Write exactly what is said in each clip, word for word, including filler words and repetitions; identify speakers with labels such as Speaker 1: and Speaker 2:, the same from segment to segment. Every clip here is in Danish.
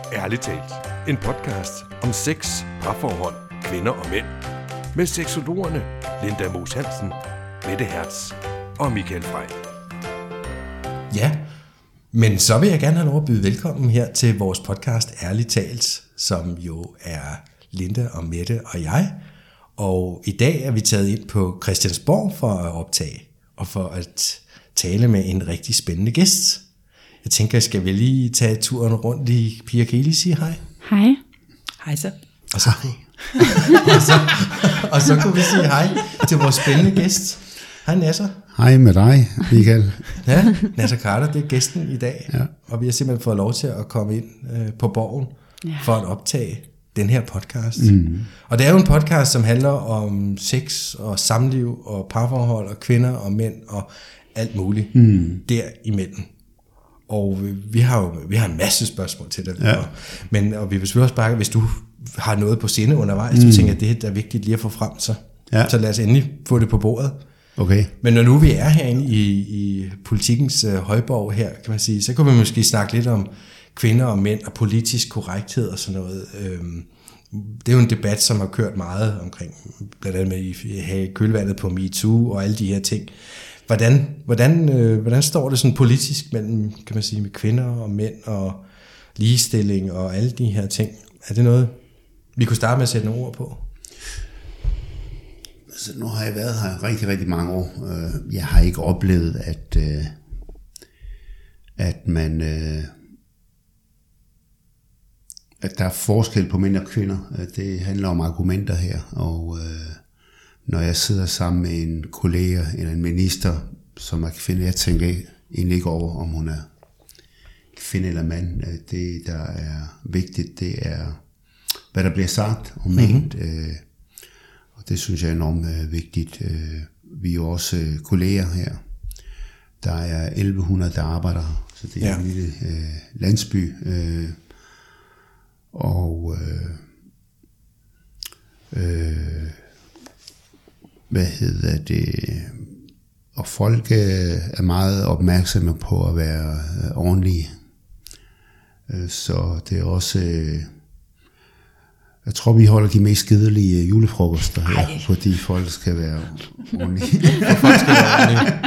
Speaker 1: Ærligt talt. En podcast om sex, parforhold, kvinder og mænd. Med seksologerne Linda Moos Hansen, Mette Hertz og Michael Frey.
Speaker 2: Ja, men så vil jeg gerne have lov at byde velkommen her til vores podcast Ærligt talt, som jo er Linda og Mette og jeg. Og i dag er vi taget ind på Christiansborg for at optage og for at tale med en rigtig spændende gæst. Jeg tænker, skal vi lige tage turen rundt i Pia Keli, sige hej?
Speaker 3: Hej. Hej så.
Speaker 2: Og så, og, så, og så kunne vi sige hej til vores spændende gæst. Hej Nasser.
Speaker 4: Hej med dig, Michael.
Speaker 2: Ja, Nasser Carter, det er gæsten i dag.
Speaker 4: Ja.
Speaker 2: Og vi har simpelthen fået lov til at komme ind øh, på Borgen
Speaker 3: Ja.
Speaker 2: for at optage den her podcast.
Speaker 4: Mm.
Speaker 2: Og det er jo en podcast, som handler om sex og samliv og parforhold og kvinder og mænd og alt muligt
Speaker 4: Mm.
Speaker 2: derimellem. Og vi har jo vi har en masse spørgsmål til dig.
Speaker 4: Ja.
Speaker 2: Og, men, og vi vil selvfølgelig også bare, hvis du har noget på sinde undervejs, mm. så tænker jeg, at det er vigtigt lige at få frem, så,
Speaker 4: Ja.
Speaker 2: så lad os endelig få det på bordet.
Speaker 4: Okay.
Speaker 2: Men når nu vi er herinde i, i politikens øh, højborg her, kan man sige, så kan vi måske snakke lidt om kvinder og mænd og politisk korrekthed og sådan noget. Øhm, det er jo en debat, som har kørt meget omkring, blandt andet med i, i kølvandet på MeToo og alle de her ting. Hvordan, hvordan, øh, hvordan står det sådan politisk mellem, kan man sige, med kvinder og mænd og ligestilling og alle de her ting? Er det noget, vi kunne starte med at sætte nogle ord på?
Speaker 4: Altså, nu har jeg været her rigtig, rigtig mange år. Jeg har ikke oplevet, at, at man... at der er forskel på mænd og kvinder. Det handler om argumenter her, og når jeg sidder sammen med en kollega eller en minister, som er kvinde, jeg tænker egentlig ikke over, om hun er kvinde eller mand. Det, der er vigtigt, det er, hvad der bliver sagt og ment. Mm-hmm. Og det synes jeg er enormt vigtigt. Vi er jo også kolleger her. Der er elleve hundrede, der arbejder her, så det er ja. en lille landsby. Og øh, øh, hvad hedder det, og folk er meget opmærksomme på at være ordentlige, så det er også, jeg tror vi holder de mest skidelige julefrokoster her, Ej. fordi folk skal være ordentlige. folk skal være ordentlige.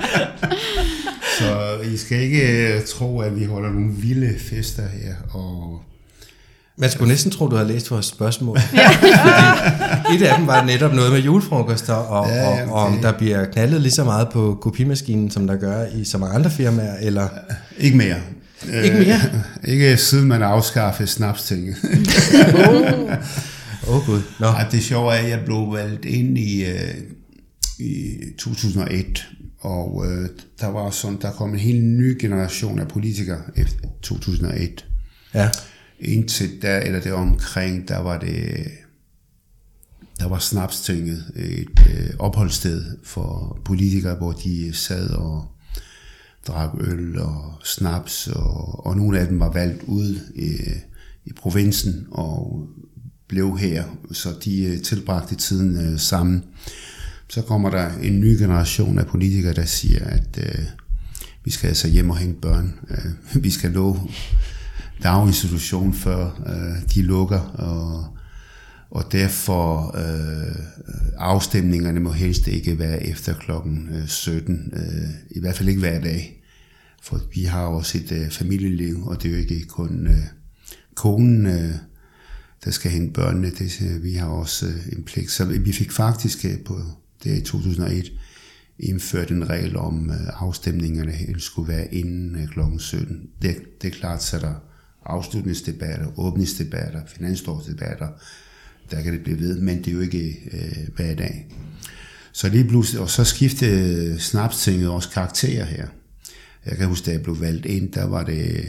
Speaker 4: Så I skal ikke tro, at vi holder nogle vilde fester her, og
Speaker 2: man skulle næsten tro, du havde læst vores spørgsmål. Et af dem var netop noget med julefrokoster, og, ja, og, og om der bliver knaldet lige så meget på kopimaskinen, som der gør i så mange andre firmaer, eller?
Speaker 4: Ikke mere.
Speaker 2: Ikke mere?
Speaker 4: Øh, ikke siden man afskaffede snapstinget.
Speaker 2: Åh oh. oh, gud. No.
Speaker 4: Ja, det sjove er, at jeg blev valgt ind i, uh, i to tusind og et, og uh, der var sådan, der kom en helt ny generation af politikere efter to tusind og et.
Speaker 2: Ja.
Speaker 4: Indtil der, eller det omkring, der var det, der var Snapstinget, et øh, opholdssted for politikere, hvor de sad og drak øl og snaps, og, og nogle af dem var valgt ud i, i provinsen og blev her, så de øh, tilbragte tiden øh, sammen. Så kommer der en ny generation af politikere, der siger, at øh, vi skal altså hjem og hænge børn. Øh, vi skal nå daginstitution før øh, de lukker, og, og derfor øh, afstemningerne må helst ikke være efter klokken øh, sytten, øh, i hvert fald ikke hver dag, for vi har også et øh, familieliv, og det er jo ikke kun øh, konen, øh, der skal hente børnene, det, vi har også øh, en pligt. Så vi fik faktisk øh, på det i to tusind og et indført en regel om øh, afstemningerne helst skulle være inden øh, klokken sytten. Det, det er klart, så der afslutningsdebatter, åbningsdebatter, finanslovsdebatter, der kan det blive ved, men det er jo ikke øh, hver dag. Så lige pludselig, og så skiftede Snapstinget også karakterer her. Jeg kan huske, da jeg blev valgt ind, der var det,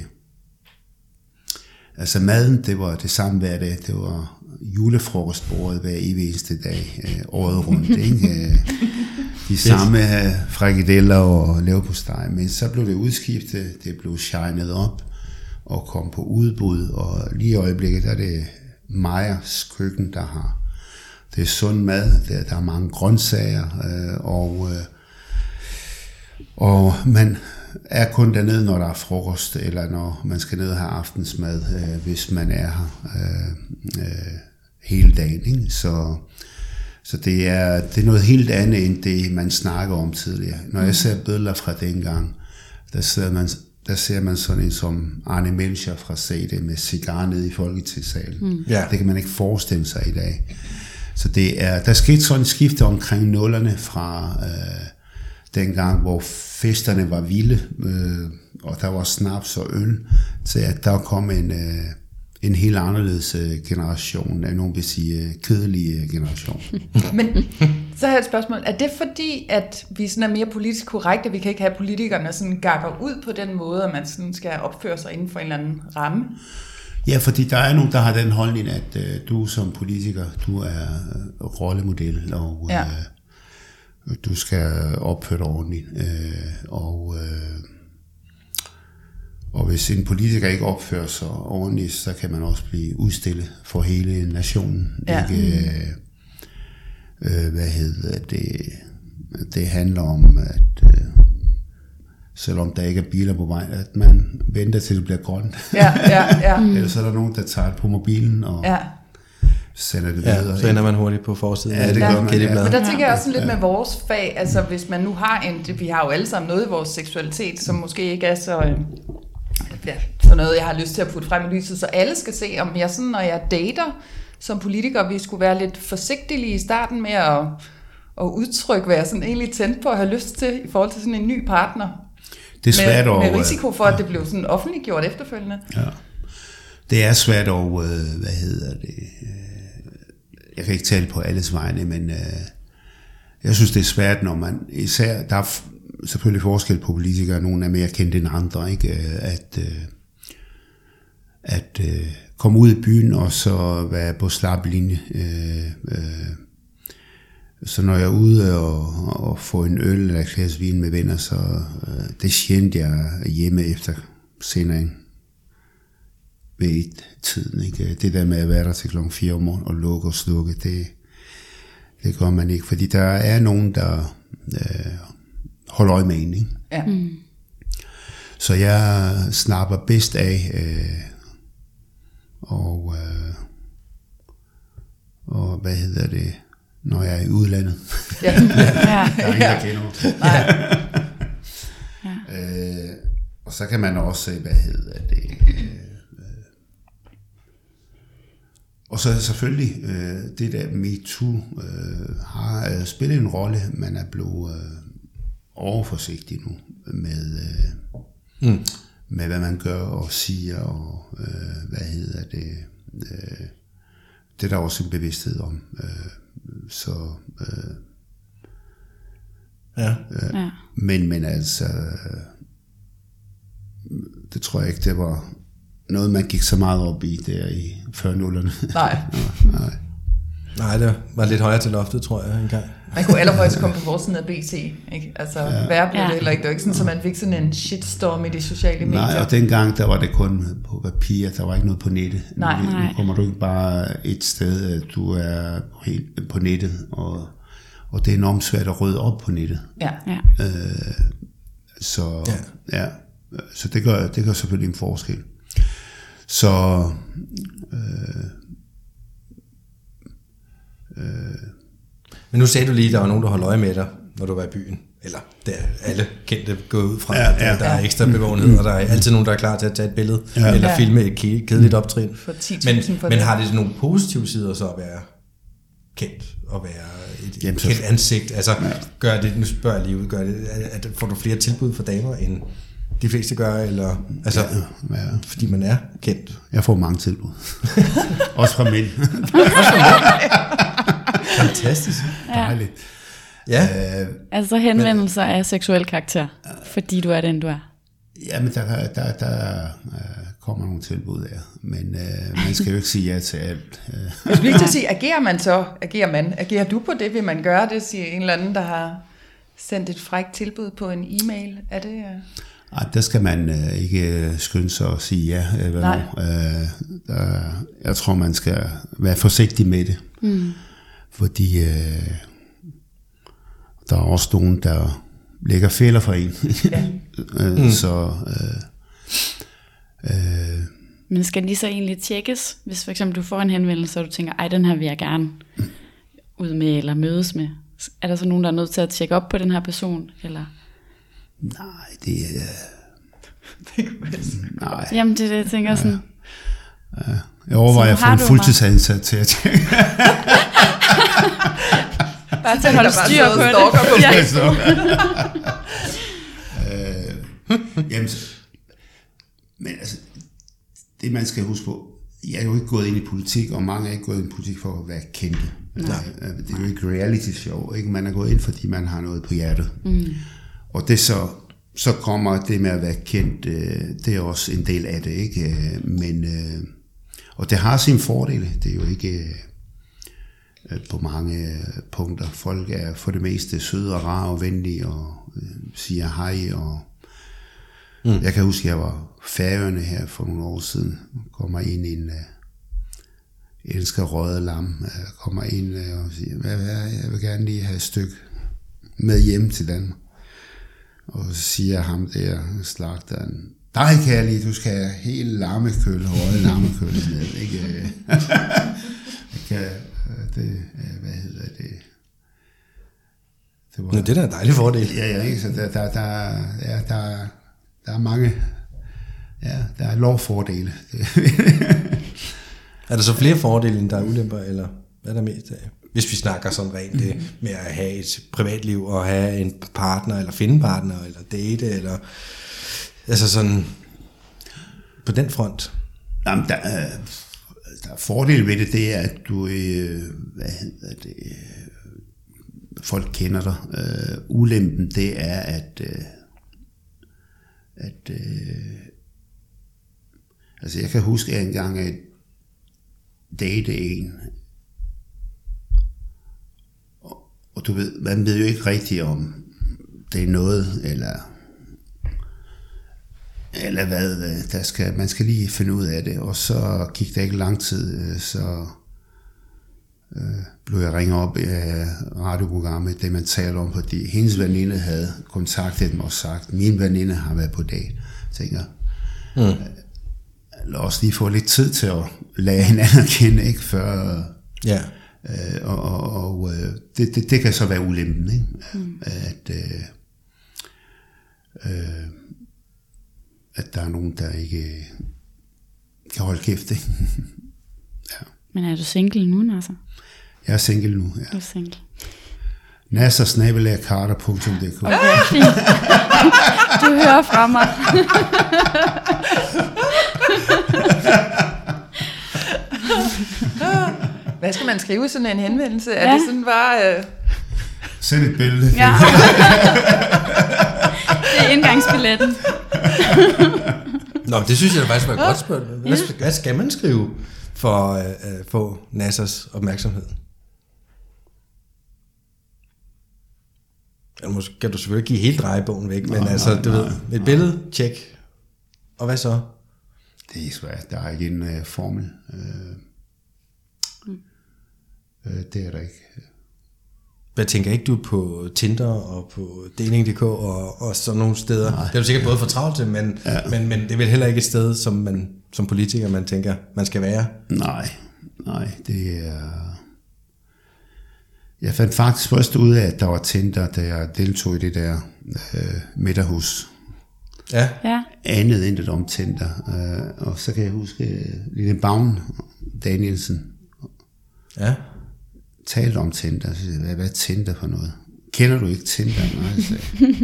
Speaker 4: altså maden, det var det samme hver dag, det var julefrokostbordet hver evig eneste dag, øh, året rundt, ikke? De samme frikadeller og leverpostej, men så blev det udskiftet, det blev shined op, og kom på udbud, og lige i øjeblikket der er det Meyers køkken, der har, det er sund mad, der, der er mange grøntsager, øh, og, øh, og man, er kun dernede, når der er frokost, eller når man skal ned og have aftensmad, øh, hvis man er her øh, øh, hele dagen. Ikke? Så, så det, er, det er noget helt andet, end det, man snakker om tidligere. Når jeg ser billeder fra dengang, der ser man, der ser man sådan en som Arne Melcher fra C D med cigar nede i Folketingssalen. Mm. Ja. Det kan man ikke forestille sig i dag. Så det er, der skete sådan et skifte omkring nullerne fra øh, dengang, hvor festerne var vilde, øh, og der var snaps og øl, til at der kom en, øh, en helt anderledes øh, generation, af nogen vil sige øh, kedelig generation.
Speaker 3: Men så har jeg et spørgsmål. Er det fordi, at vi sådan er mere politisk korrekte, vi kan ikke have politikerne sådan gakker ud på den måde, at man sådan skal opføre sig inden for en eller anden ramme?
Speaker 4: Ja, fordi der er nogen, der har den holdning, at øh, du som politiker, du er øh, rollemodel, og ja. øh, du skal opføre dig ordentligt. Øh, og, øh, og hvis en politiker ikke opfører sig ordentligt, så kan man også blive udstillet for hele nationen. Ja. Ikke, øh, øh, hvad hedder det? Det handler om, at øh, selvom der ikke er biler på vej, at man venter til det bliver grønt. Ja, ja, ja. Ellers er der nogen, der tager det på mobilen og ja. sender det videre.
Speaker 2: Ja, så ender man hurtigt på forsiden.
Speaker 4: Ja, det gør ja. man. Ja.
Speaker 3: Men der tænker jeg også lidt ja. med vores fag, altså hvis man nu har en, vi har jo alle sammen noget i vores seksualitet, som måske ikke er så, ja, så noget, jeg har lyst til at putte frem i lyset, så alle skal se, om jeg sådan, når jeg dater som politiker, vi skulle være lidt forsigtige i starten med at, at udtrykke, hvad jeg sådan egentlig tændte på at have lyst til i forhold til sådan en ny partner.
Speaker 4: Det er svært
Speaker 3: med,
Speaker 4: over,
Speaker 3: med risiko for, at det blev sådan offentliggjort efterfølgende.
Speaker 4: Ja. Det er svært over, hvad hedder det, jeg kan ikke tale på alles vegne, men jeg synes, det er svært, når man, især, der er selvfølgelig forskel på politikere, nogle er mere kendt end andre, ikke? At, at komme ud i byen og så være på slap linje. Så når jeg er ude og, og får en øl eller et glas vin med venner, så øh, det sjældent jeg hjemme efter senere ved et tiden. Ikke? Det der med at være der til klokken fire om morgenen og lukke og slukke, det, det gør man ikke. Fordi der er nogen, der øh, holder øje med en. Ikke? Ja. Mm. Så jeg snapper bedst af øh, og, øh, og hvad hedder det, når jeg er i udlandet. Ja. ja. Der er ingen, der kender mig. Nej. Ja. øh, og så kan man også se, hvad hedder det. Øh, og så selvfølgelig, øh, det der MeToo øh, har øh, spillet en rolle. Man er blevet øh, overforsigtig nu med, øh, mm. med, hvad man gør og siger, og øh, hvad hedder det. Øh, det er der også en bevidsthed om. Øh, Så, øh, ja. Øh, ja. Men, men altså, øh, det tror jeg ikke, det var noget, man gik så meget op i der i før nullerne.
Speaker 3: Nej.
Speaker 2: nej. Nej, det var lidt højere til loftet, tror jeg, engang.
Speaker 3: Man kunne allerhøjst komme på forsiden af B T, ikke? Altså, ja. Værre blev det heller ikke. Det var ikke sådan, så man fik sådan en shitstorm i de sociale medier.
Speaker 4: Nej, og dengang, der var det kun på papir, der var ikke noget på nettet.
Speaker 3: Nej,
Speaker 4: nu,
Speaker 3: nej.
Speaker 4: Nu kommer du ikke bare et sted, du er helt på nettet, og, og det er enormt svært at rydde op på nettet.
Speaker 3: Ja. ja.
Speaker 4: Øh, så, ja. Ja, så det gør, det gør selvfølgelig en forskel. Så, øh,
Speaker 2: øh, Men nu sagde du lige, at der var nogen, der holdt øje med dig, når du var i byen. Eller der alle kendte gå ud fra, ja, ja, der, der er ekstra bevågenhed, og der er altid nogen, der er klar til at tage et billede, ja. eller ja. filme et kedeligt optrin. Men, men har det nogle positive sider så at være kendt, og være et Jamen, kendt ansigt? Altså, ja. gør det, nu spørger jeg lige ud, gør det, at får du flere tilbud for damer, end de fleste gør, eller, altså, ja, ja. fordi man er kendt?
Speaker 4: Jeg får mange tilbud. Også fra mænd.
Speaker 2: Også fra mænd? Fantastisk.
Speaker 4: Dejligt.
Speaker 5: Ja. Øh, altså henvendelser men, af seksuel karakter, øh, fordi du er den, du er.
Speaker 4: Ja, men der, der, der øh, kommer nogle tilbud der, men øh, man skal jo ikke sige ja til alt.
Speaker 3: Jeg skulle ikke til at sige, agerer man så? Agerer man? Agerer du på det? Vil man gøre det, siger en eller anden, der har sendt et frækt tilbud på en e-mail? Er det... Øh...
Speaker 4: Ej, der skal man øh, ikke skynde sig at sige ja. Eller Nej. Øh, der, jeg tror, man skal være forsigtig med det. Mm. Fordi øh, der er også nogen, der lægger fælder for en.
Speaker 3: Ja.
Speaker 4: øh, mm. Så... Øh, øh,
Speaker 5: Men skal de så egentlig tjekkes, hvis for eksempel du får en henvendelse, og du tænker, ej, den her vil jeg gerne ud med eller mødes med? Er der så nogen, der er nødt til at tjekke op på den her person? Eller?
Speaker 4: Nej, det er...
Speaker 3: Det kan være.
Speaker 4: Nej.
Speaker 5: Jamen, det er det, jeg tænker sådan...
Speaker 4: Ja. Jeg overvejer at få en fuldtidsansat til at tjekke.
Speaker 5: Bare til at holde styr på det.
Speaker 3: På
Speaker 5: ja.
Speaker 4: øh, jamen, men altså, det man skal huske på, jeg er jo ikke gået ind i politik, og mange er ikke gået ind i politik for at være kendte. Nej. Det er jo ikke reality show, ikke? Man er gået ind, fordi man har noget på hjertet. Mm. Og det så, så kommer det med at være kendt, det er også en del af det, ikke? Men, og det har sine fordele, det er jo ikke på mange punkter. Folk er for det meste søde og rare og venlige, og siger hej, og mm. jeg kan huske, at jeg var Færøerne her for nogle år siden, kommer ind i en uh, elsker røget lam, uh, kommer ind uh, og siger, hvad, hvad, jeg vil gerne lige have et stykke med hjem til Danmark. Og så siger ham der, slagteren, dig kærlig, du skal have hele lammekøl, røget lammekøl med, ikke? Jeg kan, det, hvad hedder det?
Speaker 2: Det, var, Nå, det er da en dejlig fordel.
Speaker 4: Ja, ja, ikke? Så der, der, der, ja, der, der er mange, ja, der er lovfordele.
Speaker 2: Er der så flere fordele, end der er ulemper, eller hvad er der mest af? Hvis vi snakker sådan rent mm. det med at have et privatliv, og have en partner, eller finde en partner, eller date, eller altså sådan på den front.
Speaker 4: Jamen, der er, der er fordel ved det, det er, at du, øh, hvad hedder det, folk kender dig. Øh, ulempen, det er, at, øh, at øh, altså jeg kan huske, at jeg engang at date en, og, og du ved, man ved jo ikke rigtigt om det er noget, eller eller hvad, der skal, man skal lige finde ud af det, og så gik der ikke lang tid, så øh, blev jeg ringet op i radioprogrammet, det man taler om, fordi hendes veninde havde kontaktet dem og sagt, min veninde har været på date. Jeg tænker, mm. lad os lige få lidt tid til at lade hinanden kende, ikke, før...
Speaker 2: Ja.
Speaker 4: Øh, og og, og det, det, det kan så være ulempen, ikke? Mm. At, øh, øh, at der er nogen, der ikke kan holde kæft, ikke? Ja.
Speaker 5: Men er du single nu, Nasser?
Speaker 4: Jeg er single nu, ja.
Speaker 5: Du er single.
Speaker 4: nasser snabel-a carter punktum d k.
Speaker 5: Okay, fint. Du hører fra mig.
Speaker 3: Hvad skal man skrive sådan en henvendelse? Ja. Er det sådan bare... Øh...
Speaker 4: Send et billede.
Speaker 5: Ja. Det er indgangsbilletten.
Speaker 2: Nå, det synes jeg da faktisk var et godt spørgsmål. Hvad, ja. hvad skal man skrive for at uh, få Nassers opmærksomhed? Eller måske kan du selvfølgelig give hele drejebogen væk, men nej, altså, nej, du nej, ved, et nej. billede, tjek. Og hvad så?
Speaker 4: Det er svært. Der er ikke en uh, formel. Uh, mm. uh, det er der ikke.
Speaker 2: Hvad tænker ikke du på Tinder og på dating punktum d k og, og sådan nogle steder? Nej. Det er jo sikkert både for travlt til, men, ja. men, men det er vel heller ikke et sted, som man som politiker, man tænker, man skal være?
Speaker 4: Nej, nej, det er... Jeg fandt faktisk først ud af, at der var Tinder, da jeg deltog i det der øh, middagshus.
Speaker 2: Ja.
Speaker 5: ja.
Speaker 4: Andet end det om Tinder. Øh, og så kan jeg huske Lille Bavn Danielsen.
Speaker 2: Ja.
Speaker 4: Talte om Tinder. Hvad, hvad er Tinder for noget? Kender du ikke Tinder? Nej, så.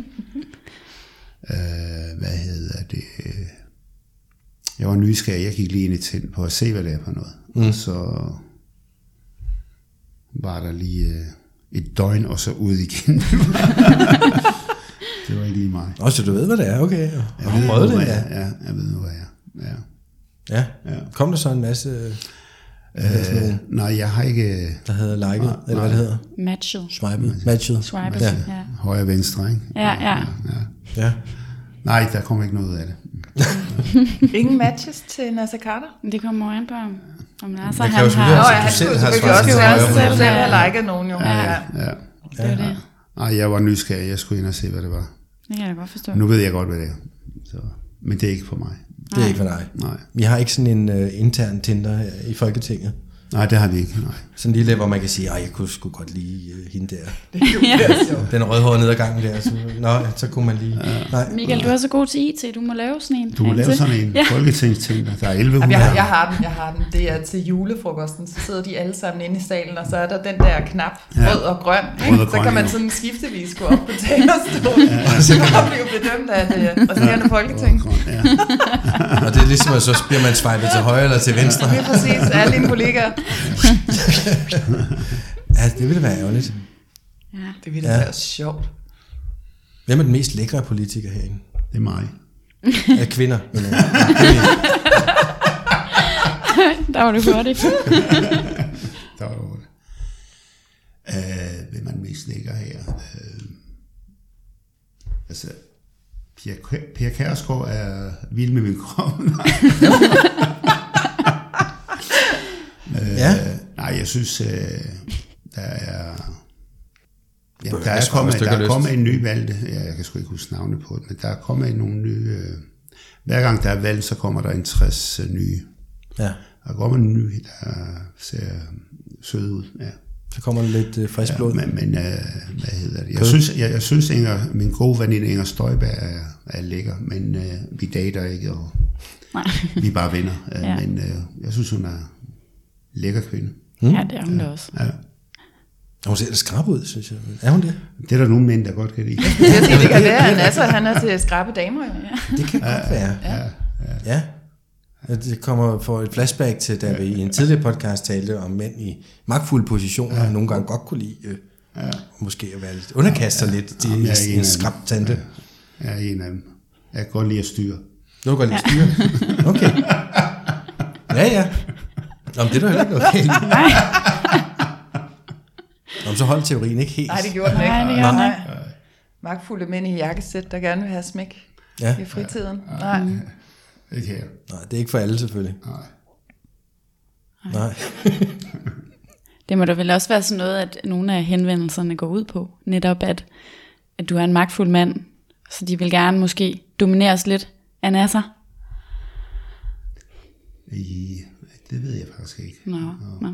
Speaker 4: øh, hvad hedder det? Jeg var nysgerrig. Jeg gik lige ind i Tinder på at se, hvad det er for noget. Mm. Og så var der lige øh, et døgn, og så ud igen. Det var ikke lige mig.
Speaker 2: Også du ved, hvad det er, okay.
Speaker 4: Jeg, jeg ved,
Speaker 2: prøvet det,
Speaker 4: ja. Ja, jeg ved nu, hvad jeg er. Ja.
Speaker 2: Ja. ja. Kom der så en masse...
Speaker 4: Øh, nej, jeg har ikke...
Speaker 2: Der havde liket, nej, eller hvad det hedder?
Speaker 5: Matchet.
Speaker 2: Swipet. Matchet.
Speaker 5: Swipet,
Speaker 2: ja.
Speaker 5: ja.
Speaker 4: Højre venstre, ikke?
Speaker 5: Ja, ja. ja.
Speaker 2: ja.
Speaker 4: Nej, der kommer ikke noget ud af det.
Speaker 3: Ingen matches til Nasser Carter?
Speaker 5: Det kommer jo an på, om, om Nasser
Speaker 2: han
Speaker 5: har...
Speaker 2: Nå, ja, han skulle selvfølgelig også, selvfølgelig også selv have liket nogen, jo.
Speaker 3: Ja,
Speaker 4: ja. ja.
Speaker 5: Det er det.
Speaker 4: Nej, jeg var nysgerrig. Jeg skulle ind og se, hvad det var.
Speaker 5: Det kan jeg godt forstå.
Speaker 4: Nu ved jeg godt, hvad det er. Så, men det er ikke for mig.
Speaker 2: Det er ikke for dig.
Speaker 4: Nej.
Speaker 2: Vi har ikke sådan en uh, intern Tinder her i Folketinget.
Speaker 4: Nej, det har vi ikke. Nej.
Speaker 2: Sådan en lille, hvor man kan sige, at jeg kunne sgu godt lide uh, hende der.
Speaker 3: Det er jo ja.
Speaker 2: Den rødhårede ned ad gangen der. Så, nå, så kunne man lige... Ja. Nej.
Speaker 5: Michael, du er så god til I T. Du må lave sådan en.
Speaker 4: Du må lave sådan en ja. Folketingsting. Der er elleve hundrede.
Speaker 3: Jeg, jeg har den, jeg har den. Det er til julefrokosten. Så sidder de alle sammen inde i salen, og så er der den der knap,
Speaker 4: ja.
Speaker 3: rød og grøn.
Speaker 4: Rød og
Speaker 3: så
Speaker 4: grøn,
Speaker 3: kan man
Speaker 4: ja.
Speaker 3: sådan skiftevis gå op på talerstolen, ja. og så kan man blive bedømt af det resterende folketing.
Speaker 4: Ja.
Speaker 2: Og det er ligesom, at så bliver man svejlet til højre eller til venstre.
Speaker 3: Det er præcis alle dine kollegaer.
Speaker 2: Ja, det ville være ærgerligt.
Speaker 5: Ja.
Speaker 3: Det ville ja. være sjovt.
Speaker 2: Hvem er den mest lækre politiker herinde?
Speaker 4: Det er mig.
Speaker 2: Af kvinder.
Speaker 5: Der var det hurtigt.
Speaker 4: Der var det hurtigt. Uh, hvem er den mest lækker her? Uh, altså, Pia, Pia Kjærsgaard er vild med min krop.
Speaker 2: Ja.
Speaker 4: Uh, nej, jeg synes, uh, der er... Ja, der er kommet, der er kommet en ny valgte. Ja, jeg kan sgu ikke huske navnet på det, men der er kommet nogle nye... Uh, hver gang der er valg, så kommer der en tres uh, nye.
Speaker 2: Ja.
Speaker 4: Der kommer en ny, der ser sød ud, ja.
Speaker 2: Så kommer der lidt uh, frisk blod.
Speaker 4: Ja, men, men uh, hvad hedder det? Jeg synes, jeg, jeg synes Inger, min gode veninde Inger Støjberg er, er lækker, men uh, vi dater ikke, og
Speaker 5: Nej.
Speaker 4: vi er bare venner. Uh,
Speaker 5: ja.
Speaker 4: Men uh, jeg synes, hun er lækker kvinde.
Speaker 5: Mm. Ja, det er hun da også.
Speaker 4: Ja.
Speaker 2: Hun ser da skrab ud, synes jeg. Er hun det?
Speaker 4: Det er der nogle mænd, der godt kan lide.
Speaker 3: Det, det, det kan være, at Nasser, han er til skrabe damer. Ja.
Speaker 2: Det kan ja, godt være.
Speaker 4: Ja, ja.
Speaker 2: ja. Det kommer for et flashback til, da vi i en tidligere podcast talte om mænd i magtfulde positioner, ja. nogle gange godt kunne lide, øh, ja. måske at være lidt underkaster ja. lidt til ja, en, en skrab tante.
Speaker 4: Ja, jeg er en af dem. Jeg kan godt lide at styre.
Speaker 2: Du kan godt lide at styre? Okay. Ja, ja. Nå, men det er da heller ikke noget galt.
Speaker 5: Nej.
Speaker 2: Nå, så holdt teorien ikke helt.
Speaker 3: Nej, det gjorde den ikke.
Speaker 5: Nej, det gjorde den ikke.
Speaker 3: Magtfulde mænd i jakkesæt, der gerne vil have smæk
Speaker 2: ja.
Speaker 3: i fritiden.
Speaker 4: Ja.
Speaker 3: Nej.
Speaker 4: Mm. Ikke her.
Speaker 2: Nej, det er ikke for alle selvfølgelig.
Speaker 4: Nej.
Speaker 2: Nej.
Speaker 5: Det må da vel også være sådan noget, at nogle af henvendelserne går ud på. Netop at, at du er en magtfuld mand, så de vil gerne måske domineres lidt af Nasser.
Speaker 4: I, det ved jeg faktisk ikke.
Speaker 5: Nå, nå.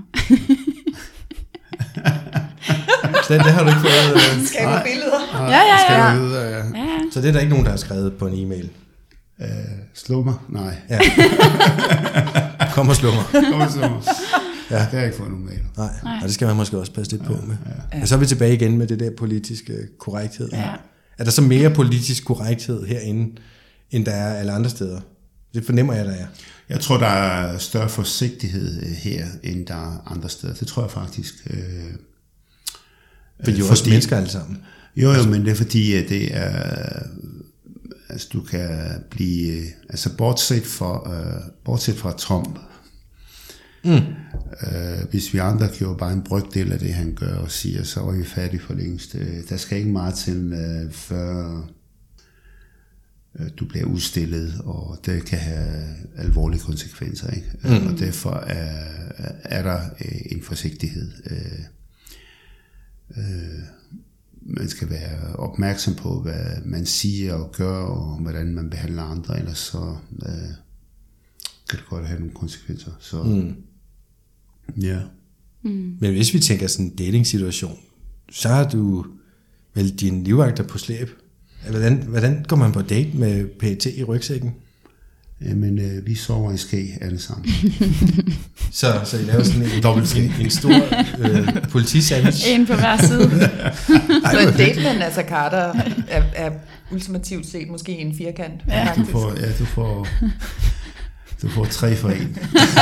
Speaker 2: det, det har du ikke fået...
Speaker 3: Uh... Skaber billeder.
Speaker 5: Ja, ja, ja.
Speaker 2: Ud, ja. ja. Så det er der ikke nogen, der har skrevet på en e-mail?
Speaker 4: Uh, slå mig? Nej.
Speaker 2: Ja. Kom og slå mig.
Speaker 4: Kom og slå mig. Ja. Det har jeg ikke fået nogen mail.
Speaker 2: Nej. Nej, og det skal man måske også passe lidt på med.
Speaker 4: Ja, ja.
Speaker 2: Og så er vi tilbage igen med det der politiske korrekthed.
Speaker 5: Ja.
Speaker 2: Er der så mere politisk korrekthed herinde, end der er alle andre steder? Det fornemmer jeg, der er.
Speaker 4: Jeg tror, der er større forsigtighed her, end der er andre steder. Det tror jeg faktisk. Øh,
Speaker 2: fordi jo også mennesker alle sammen.
Speaker 4: Jo, jo, men det er fordi, at det er... Altså, du kan blive... Altså, bortset fra, øh, bortset fra Trump. Mm. Øh, hvis vi andre gjorde bare en brygdel af det, han gør og siger, så er vi færdige for længst. Der skal ikke meget til, øh, før øh, du bliver udstillet, og det kan have alvorlige konsekvenser. Ikke? Mm. Og derfor er, er der øh, en forsigtighed. Øh, øh, man skal være opmærksom på, hvad man siger og gør, og hvordan man behandler andre, ellers så øh, kan det godt have nogle konsekvenser. Så, mm. ja.
Speaker 2: Mm. Men hvis vi tænker sådan en dating-situation, så har du vel dine livvagter på slæb. Hvordan, hvordan går man på date med P E T i rygsækken?
Speaker 4: Jamen, øh, vi sover i ske alle sammen.
Speaker 2: så, så I laver sådan en, dobbelt en, en stor øh, politisandwich?
Speaker 5: En på hver side.
Speaker 3: Så en date med Nasser Carter er, er ultimativt set måske en firkant.
Speaker 5: Ja.
Speaker 4: Du får, ja, du får, du får tre for en.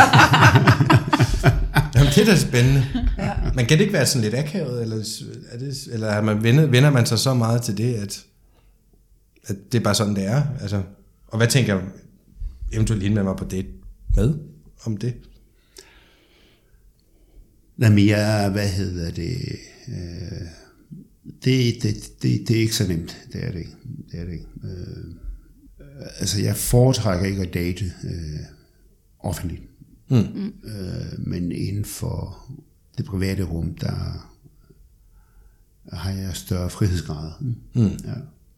Speaker 2: Jamen, det er da spændende. Ja. Man kan det ikke være sådan lidt akavet, eller, er det, eller er man, vender, vender man sig så meget til det, at, at det er bare sådan, det er? Altså, og hvad tænker jeg eventuelt inden man var på date med om det?
Speaker 4: Jamen, jeg, hvad hedder det? Øh, det, det, det, det er ikke så nemt. Det er det ikke. Det er det ikke. Øh, altså, jeg foretrækker ikke at date øh, offentligt. Mm. Øh, men inden for det private rum, der har jeg større frihedsgrader.
Speaker 2: Mm.
Speaker 4: Ja.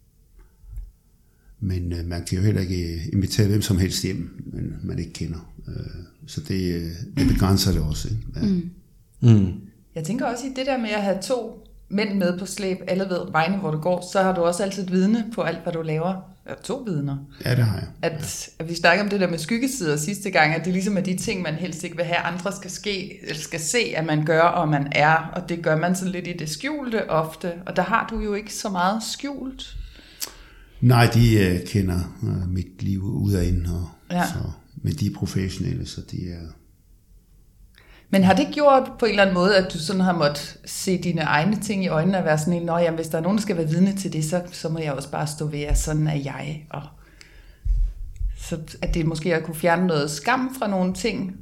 Speaker 4: Men øh, man kan jo heller ikke invitere hvem som helst hjem, men man ikke kender. Øh, så det, det begrænser det også. Ikke? Ja.
Speaker 5: Mm.
Speaker 2: Mm.
Speaker 3: Jeg tænker også i det der med at have to mænd med på slæb, alle ved vegne, hvor det går, så har du også altid et vidne på alt, hvad du laver. Ja, to vidner.
Speaker 4: Ja, det har jeg.
Speaker 3: At, at vi snakker om det der med skyggesider sidste gang, at det ligesom er de ting, man helst ikke vil have, andre skal, ske, eller skal se, at man gør, og man er, og det gør man så lidt i det skjulte ofte, og der har du jo ikke så meget skjult.
Speaker 4: Nej, de øh, kender øh, mit liv ud og ind, og,
Speaker 3: Ja.
Speaker 4: så, men de er professionelle, så de er...
Speaker 3: Men har det gjort på en eller anden måde, at du sådan har måttet se dine egne ting i øjnene og være sådan en, nå jamen, hvis der er nogen, der skal være vidne til det, så, så må jeg også bare stå ved, at sådan er jeg. Og så at det måske at kunne fjerne noget skam fra nogle ting,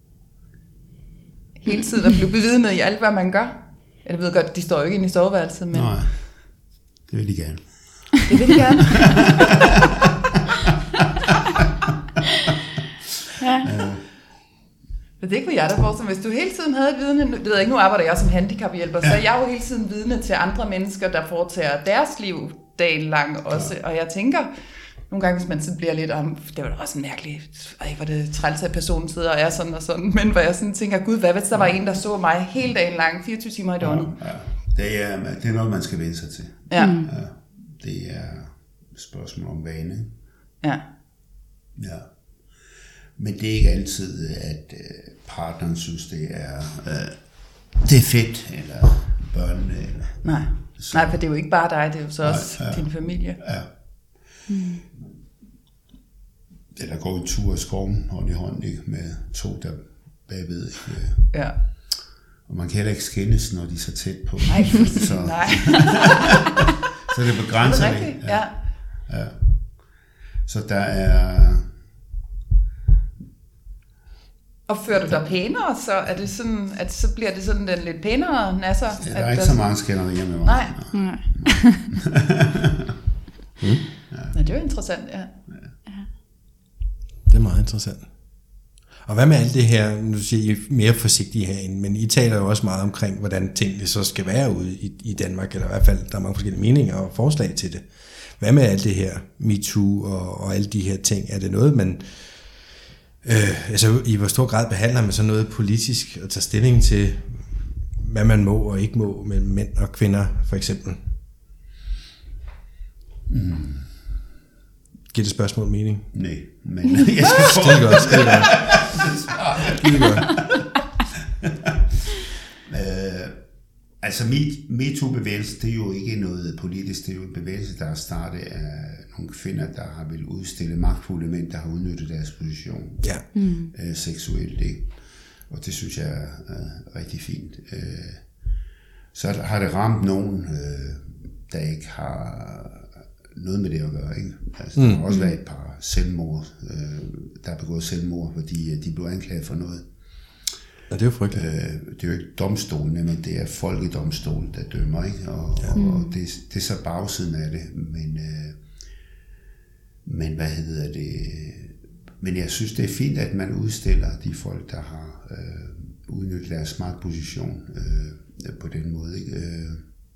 Speaker 3: hele tiden at blive bevidnet i alt, hvad man gør. Jeg ved godt, de står jo ikke inde i soveværelset, men
Speaker 4: Nej, det vil de gerne.
Speaker 3: det vil de gerne.
Speaker 5: Ja.
Speaker 3: Men det kunne jeg da forestille. Hvis du hele tiden havde et vidne, nu, det ved jeg ikke, nu arbejder jeg som handicaphjælper, ja. Så jeg er jo hele tiden vidne til andre mennesker, der foretager deres liv dagen lang også. Ja. Og jeg tænker, nogle gange, hvis man så bliver lidt om, det var da også en mærkelig, ej, hvor det træls, at personen sidder og er sådan og sådan, men hvor jeg sådan tænker, gud, hvad hvis der var en, der så mig hele dagen lang, fireogtyve timer i døgnet?
Speaker 4: Ja, ja. Det, er, det er noget, man skal vende sig til.
Speaker 3: Ja.
Speaker 4: Ja, det er et spørgsmål om vane.
Speaker 3: Ja.
Speaker 4: Ja. Men det er ikke altid, at partneren synes, det er, øh, det er fedt, eller børnene. Eller,
Speaker 3: Nej.
Speaker 4: så.
Speaker 3: Nej, for det er jo ikke bare dig, det er jo så også
Speaker 4: Nej, ja.
Speaker 3: din familie.
Speaker 4: Ja. Mm. Eller gå en tur i skoven, hånd i hånd, ikke, med to, der bagved. Ikke?
Speaker 3: Ja.
Speaker 4: Og man kan heller ikke skændes, når de er så tæt på.
Speaker 3: Nej,
Speaker 4: så,
Speaker 3: nej.
Speaker 4: så det begrænser
Speaker 3: det. Er rigtigt? Ja.
Speaker 4: Ja. Ja. Så der er...
Speaker 3: Og fører du dig pænere, så er det sådan, at så bliver det sådan den lidt pænere nasser?
Speaker 4: Ja, der er
Speaker 3: at
Speaker 4: ikke
Speaker 3: der...
Speaker 4: så mange skænderier med mig.
Speaker 3: Nej.
Speaker 5: Nej.
Speaker 3: mm. Ja, det er jo interessant, ja.
Speaker 2: Det er meget interessant. Og hvad med alt det her, nu siger I er mere forsigtige herinde, men I taler jo også meget omkring, hvordan tingene så skal være ude i, i Danmark, eller i hvert fald, der er mange forskellige meninger og forslag til det. Hvad med alt det her, MeToo og, og alle de her ting? Er det noget, man øh, altså, i hvor stor grad behandler man så noget politisk og tager stilling til, hvad man må og ikke må med mænd og kvinder, for eksempel?
Speaker 4: Mm.
Speaker 2: Giver det spørgsmål mening?
Speaker 4: Nej, men jeg skal
Speaker 2: Skide godt, skide godt. Skide godt.
Speaker 4: øh, altså, MeToo-bevægelsen, det er jo ikke noget politisk, det er jo en bevægelse, der er startet af nogle kvinder, der har vil udstille magtfulde mænd, der har udnyttet deres position
Speaker 2: Ja.
Speaker 4: Mm. øh, seksuelt, ikke? Og det synes jeg er øh, rigtig fint. Øh, så har det ramt nogen, øh, der ikke har noget med det at gøre, ikke? Altså, mm. der har også været et par selvmord, øh, der har begået selvmord, fordi de blev anklaget for noget.
Speaker 2: Ja, det er jo frygteligt.
Speaker 4: Øh, det er jo ikke domstolene, men det er folkedomstolen, der dømmer, ikke? Og, ja. og, og det, det er så bagsiden af det, men, øh, men hvad hedder det? Men jeg synes, det er fint, at man udstiller de folk, der har øh, udnyttet deres magtposition øh, på den måde, ikke? Øh,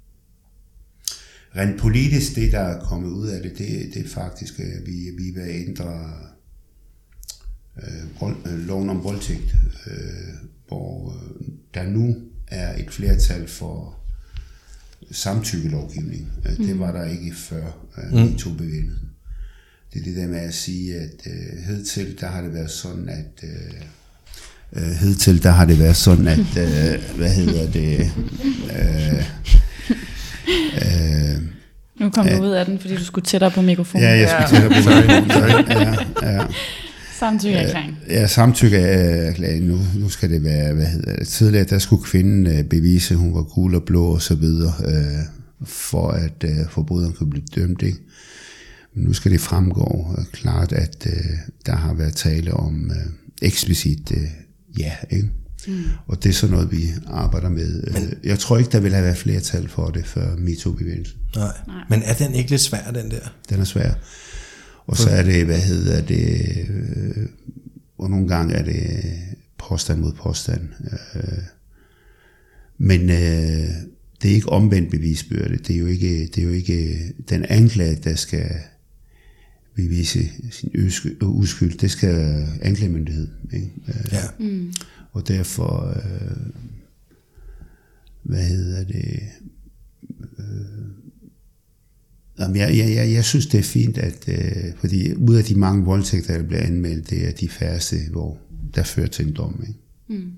Speaker 4: Rent politisk, det der er kommet ud af det, det, det er faktisk, at vi, vi vil ændre øh, vold, øh, loven om voldtægt, øh, hvor øh, der nu er et flertal for samtykkelovgivning. Mm. Det var der ikke før øh, mm. MeToo-bevægelsen. Det er det der med at sige, at øh, hidtil, der har det været sådan, at øh, øh, hidtil, der har det været sådan, at øh, hvad hedder det... Øh,
Speaker 5: Øh, nu kom
Speaker 4: øh,
Speaker 5: du ud af den, fordi du skulle tættere på mikrofonen.
Speaker 4: Ja, jeg skulle tættere på mikrofonen. Ja, ja.
Speaker 5: Samtykkeerklæring.
Speaker 4: Ja, samtykkeerklæring. Nu, nu skal det være, hvad hedder det? Tidligere, der skulle kvinden bevise, at hun var gul og blå og så videre, øh, for at øh, forbryderen kunne blive dømt, ikke? Men nu skal det fremgå øh, klart, at øh, der har været tale om øh, eksplicit øh, ja, ikke? Mm. Og det er sådan noget, vi arbejder med. Men, jeg tror ikke, der vil have været flertal for det før MeToo-bevægelsen.
Speaker 2: Nej. Nej. Men er den ikke lidt svær, den der?
Speaker 4: Den er svær. Og så er det, hvad hedder det, øh, og nogle gange er det påstand mod påstand. Øh, men øh, det er ikke omvendt bevisbyrde. Det er jo ikke, det er jo ikke den anklage, der skal bevise sin uskyld. Det skal anklagemyndigheden. Ikke?
Speaker 2: Ja.
Speaker 5: Mm.
Speaker 4: Og derfor, øh, hvad hedder det? Øh, jamen jeg, jeg, jeg, jeg synes, det er fint, at øh, fordi ud af de mange voldtægter, der bliver anmeldt, det er de færreste, hvor der fører til en dom. Ikke? Mm.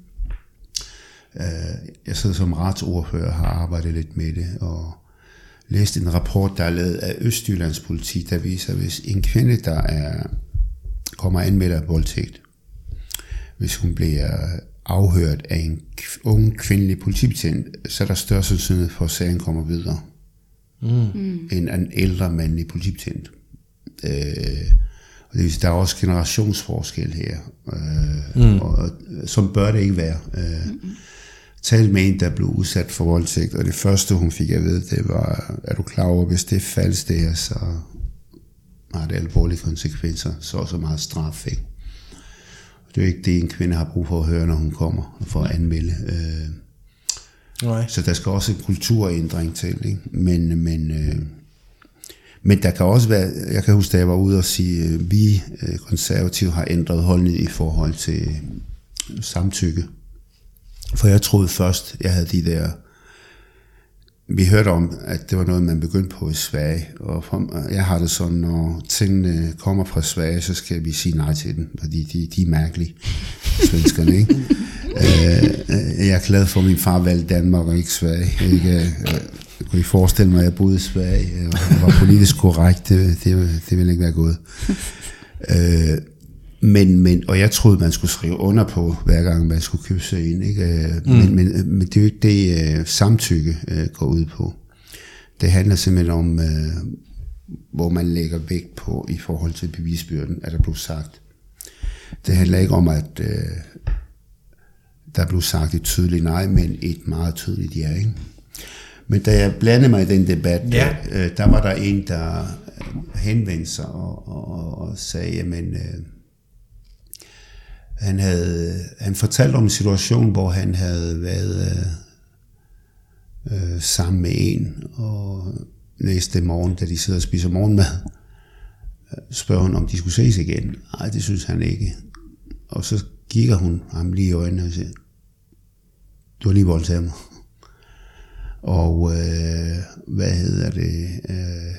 Speaker 4: Jeg sidder som retsordfører, har arbejdet lidt med det, og læst en rapport, der er lavet af Østjyllands politi, der viser, at hvis en kvinde, der er, kommer anmelder voldtægt, hvis hun bliver afhørt af en ung kvindelig politibetjent, så er der større sandsynlighed for, at sagen kommer videre, mm. end en ældre mandlig politibetjent. Øh, og det vil sige, der er også generationsforskel her, øh, mm. og, og som bør det ikke være. Øh, mm. Tal med en, der blev udsat for voldtægt, og det første, hun fik at vide, det var, er du klar over, hvis det er falsk det her, så har det alvorlige konsekvenser, så også meget straf, ikke? Og det er jo ikke det, en kvinde har brug for at høre, når hun kommer for at anmelde. Øh, Nej. Så der skal også en kulturændring til, ikke? Men, men, øh, men der kan også være, jeg kan huske, da jeg var ude og sige, øh, vi øh, konservative har ændret holdning i forhold til samtykke. For jeg troede først, jeg havde de der, vi hørte om, at det var noget, man begyndte på i Sverige, og jeg har det sådan, når tingene kommer fra Sverige, så skal vi sige nej til den, fordi de, de er mærkelige, svenskerne, ikke? Jeg er glad for, at min far valgte Danmark og ikke Sverige, ikke? Jeg kunne I forestille mig, at jeg boede i Sverige, og var politisk korrekt, det, det, det ville ikke være gået. Men, men, og jeg troede, man skulle skrive under på, hver gang man skulle købe sig ind. Ikke? Mm. Men, men, men det er jo ikke det, uh, samtykke uh, går ud på. Det handler simpelthen om, uh, hvor man lægger vægt på i forhold til bevisbyrden, at der blev sagt. Det handler ikke om, at uh, der blev sagt et tydeligt nej, men et meget tydeligt ja. Ikke? Men da jeg blandede mig i den debat, ja. der, uh, der var der en, der henvendte sig og, og, og sagde, jamen... Uh, Han, havde, han fortalte om en situation, hvor han havde været øh, øh, sammen med en, og næste morgen, da de sidder og spiser morgenmad, spørger hun, om de skulle ses igen. Nej, det synes han ikke. Og så kigger hun ham lige i øjnene og siger, du har lige voldtaget mig. Og øh, hvad hedder det? Øh,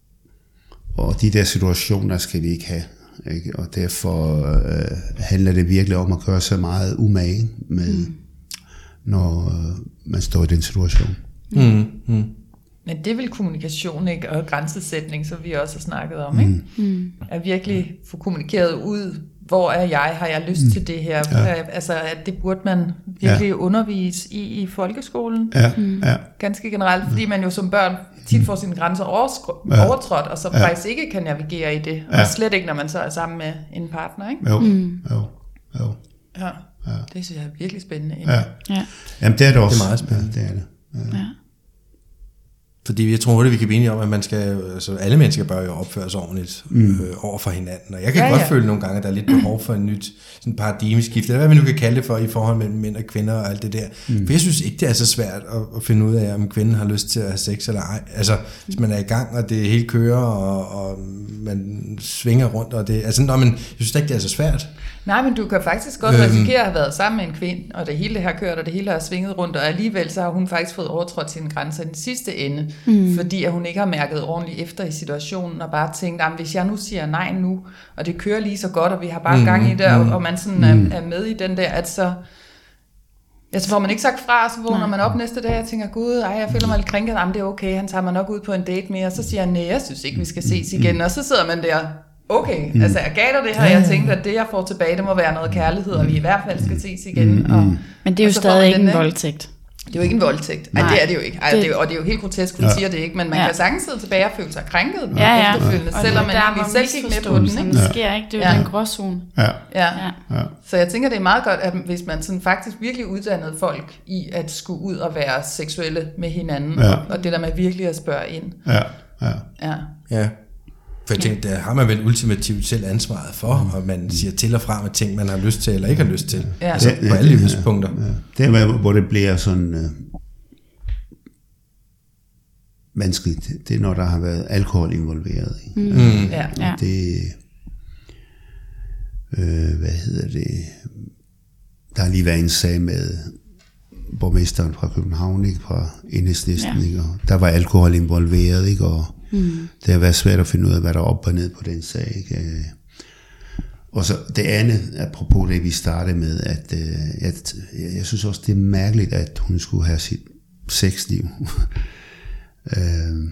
Speaker 4: og de der situationer skal vi ikke have. Ikke? Og derfor øh, handler det virkelig om at gøre så meget umage med, mm. når øh, man står i den situation.
Speaker 2: Mm. Mm.
Speaker 3: Men det er vel kommunikation, ikke? Og grænsesætning, som vi også har snakket om, ikke? Mm. At virkelig få kommunikeret ud, hvor er jeg, har jeg lyst mm. til det her? Ja. Altså, at det burde man virkelig ja. undervise i, i folkeskolen.
Speaker 4: Ja. Mm. Ja.
Speaker 3: Ganske generelt, fordi man jo som børn tit får sine grænser overskr- overtrådt, og så ja. faktisk ikke kan navigere i det. Og ja. slet ikke, når man så er sammen med en partner, ikke?
Speaker 4: Jo, mm. jo, jo.
Speaker 3: Ja. ja, det synes jeg er virkelig spændende.
Speaker 4: Ja. Ja. Jamen, det er det også.
Speaker 2: Det er meget spændende.
Speaker 4: Ja, det er det. Ja.
Speaker 2: Ja. Fordi jeg tror hurtigt, vi kan blive enige om, at man skal, altså alle mennesker bør jo opføre sig ordentligt mm. øh, over for hinanden. Og jeg kan ja, godt ja. føle nogle gange, at der er lidt behov for en nyt sådan paradigmeskift, eller hvad vi nu kan kalde det for, i forhold mellem mænd og kvinder og alt det der. Mm. For jeg synes ikke, det er så svært at, at finde ud af, om kvinden har lyst til at have sex eller ej. Altså, hvis man er i gang, og det hele kører, og, og man svinger rundt, og det, altså, nå, men jeg synes ikke, det er så svært.
Speaker 3: Nej, men du kan faktisk godt risikere at have været sammen med en kvinde, og det hele det her kørt, og det hele har svinget rundt, og alligevel så har hun faktisk fået overtrådt sine grænser i den sidste ende, mm. fordi at hun ikke har mærket ordentligt efter i situationen, og bare tænkt, hvis jeg nu siger nej nu, og det kører lige så godt, og vi har bare mm. gang i det, og, og man sådan mm. er, er med i den der, at så, ja, så får man ikke sagt fra, så vågner man op næste dag og tænker, gud, ej, jeg føler mig lidt krænket, jamen det er okay, han tager mig nok ud på en date mere, og så siger han, nej, jeg synes ikke, vi skal ses igen, og så sidder man der, okay, mm. altså jeg gav dig det her, jeg tænkte, at det jeg får tilbage, det må være noget kærlighed, og vi i hvert fald skal ses igen. Mm. Og,
Speaker 5: Men det er jo stadig ikke en voldtægt.
Speaker 3: Det er jo ikke en voldtægt. Ej, det er det jo ikke. Ej, det, det er, og det er jo helt grotesk, hun ja. siger det ikke, men man ja. kan sagtens sidde tilbage og føle sig krænket
Speaker 5: ja, ja.
Speaker 3: efterfølgende,
Speaker 5: ja.
Speaker 3: selvom man egentlig selv gik med på den. Ikke?
Speaker 5: Det sker ikke, det er jo ja. den gråzone.
Speaker 4: Ja.
Speaker 3: Ja. Ja. Så jeg tænker, det er meget godt, at hvis man sådan faktisk virkelig uddannede folk i at skulle ud og være seksuelle med hinanden, ja. og det der med virkelig at spørge ind.
Speaker 4: Ja, ja.
Speaker 3: Ja.
Speaker 2: ja. For jeg tænker, der har man vel ultimativt selv ansvaret for, mm. og man siger til og fra med ting, man har lyst til eller ikke har lyst til. Ja. Altså
Speaker 4: ja,
Speaker 2: på alle livspunkter.
Speaker 4: Ja, ja. Det er, hvor det bliver sådan, vanskeligt, det er, når der har været alkohol involveret.
Speaker 5: Mm.
Speaker 2: Mm.
Speaker 3: Ja.
Speaker 5: Ja.
Speaker 4: Det, øh, hvad hedder det, der har lige været en sag med borgmesteren fra København, ikke, fra Enhedslisten,
Speaker 5: Ja.
Speaker 4: ikke, og der var alkohol involveret, ikke, og
Speaker 5: Mm.
Speaker 4: det har været svært at finde ud af, hvad der er op og ned på den sag, ikke. Og så det andet, apropos det, vi startede med, at øh, jeg, jeg synes også, det er mærkeligt, at hun skulle have sit sexliv øh,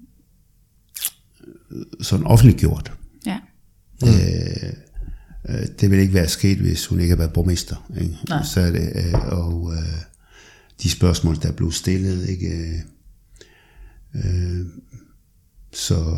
Speaker 4: sådan offentliggjort.
Speaker 5: Ja.
Speaker 4: Øh, øh, det ville ikke være sket, hvis hun ikke havde været borgmester. Ikke?
Speaker 3: Nej.
Speaker 4: Så er det, øh, og øh, de spørgsmål, der blev stillet, ikke? Øh, så...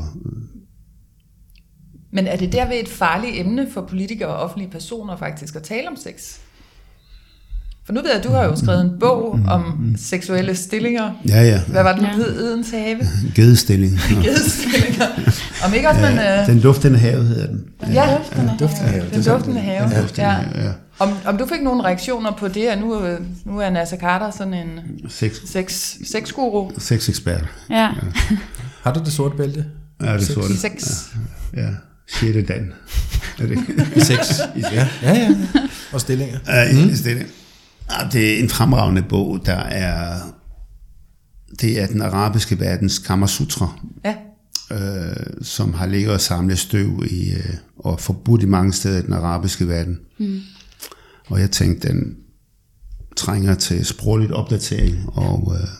Speaker 3: Men er det derved et farligt emne for politikere og offentlige personer faktisk at tale om sex? For nu ved jeg, at du har jo skrevet en bog om seksuelle stillinger.
Speaker 4: Ja, ja.
Speaker 3: Hvad var det nu
Speaker 5: Ja.
Speaker 3: hed? Edens have?
Speaker 4: Gedestilling.
Speaker 3: Gedestillinger. Om ikke også man...
Speaker 4: Ja,
Speaker 3: Øh,
Speaker 4: den duftende have hedder den.
Speaker 3: ja,
Speaker 2: Duftende have.
Speaker 3: den duftende have.
Speaker 4: Den duftende
Speaker 3: Ja.
Speaker 4: have, ja.
Speaker 3: Om, om du fik nogle reaktioner på det, og nu, øh, nu er Nasser Carter sådan en
Speaker 4: Sex,
Speaker 3: sex, sexguru.
Speaker 4: sexekspert.
Speaker 5: Ja.
Speaker 2: Har du det sorte bælte?
Speaker 4: Ja, det så det.
Speaker 3: Sex.
Speaker 4: Ja, sjette dan. Er det?
Speaker 2: I sex? Ja, ja, ja. Og stillinger.
Speaker 4: Ja, mm. det, er, det er en fremragende bog, der er, det er den arabiske verdens Kamasutra,
Speaker 3: Ja.
Speaker 4: øh, som har ligget og samlet støv i, øh, og forbudt i mange steder i den arabiske verden. Mm. Og jeg tænkte, den trænger til sprogligt opdatering, og, øh,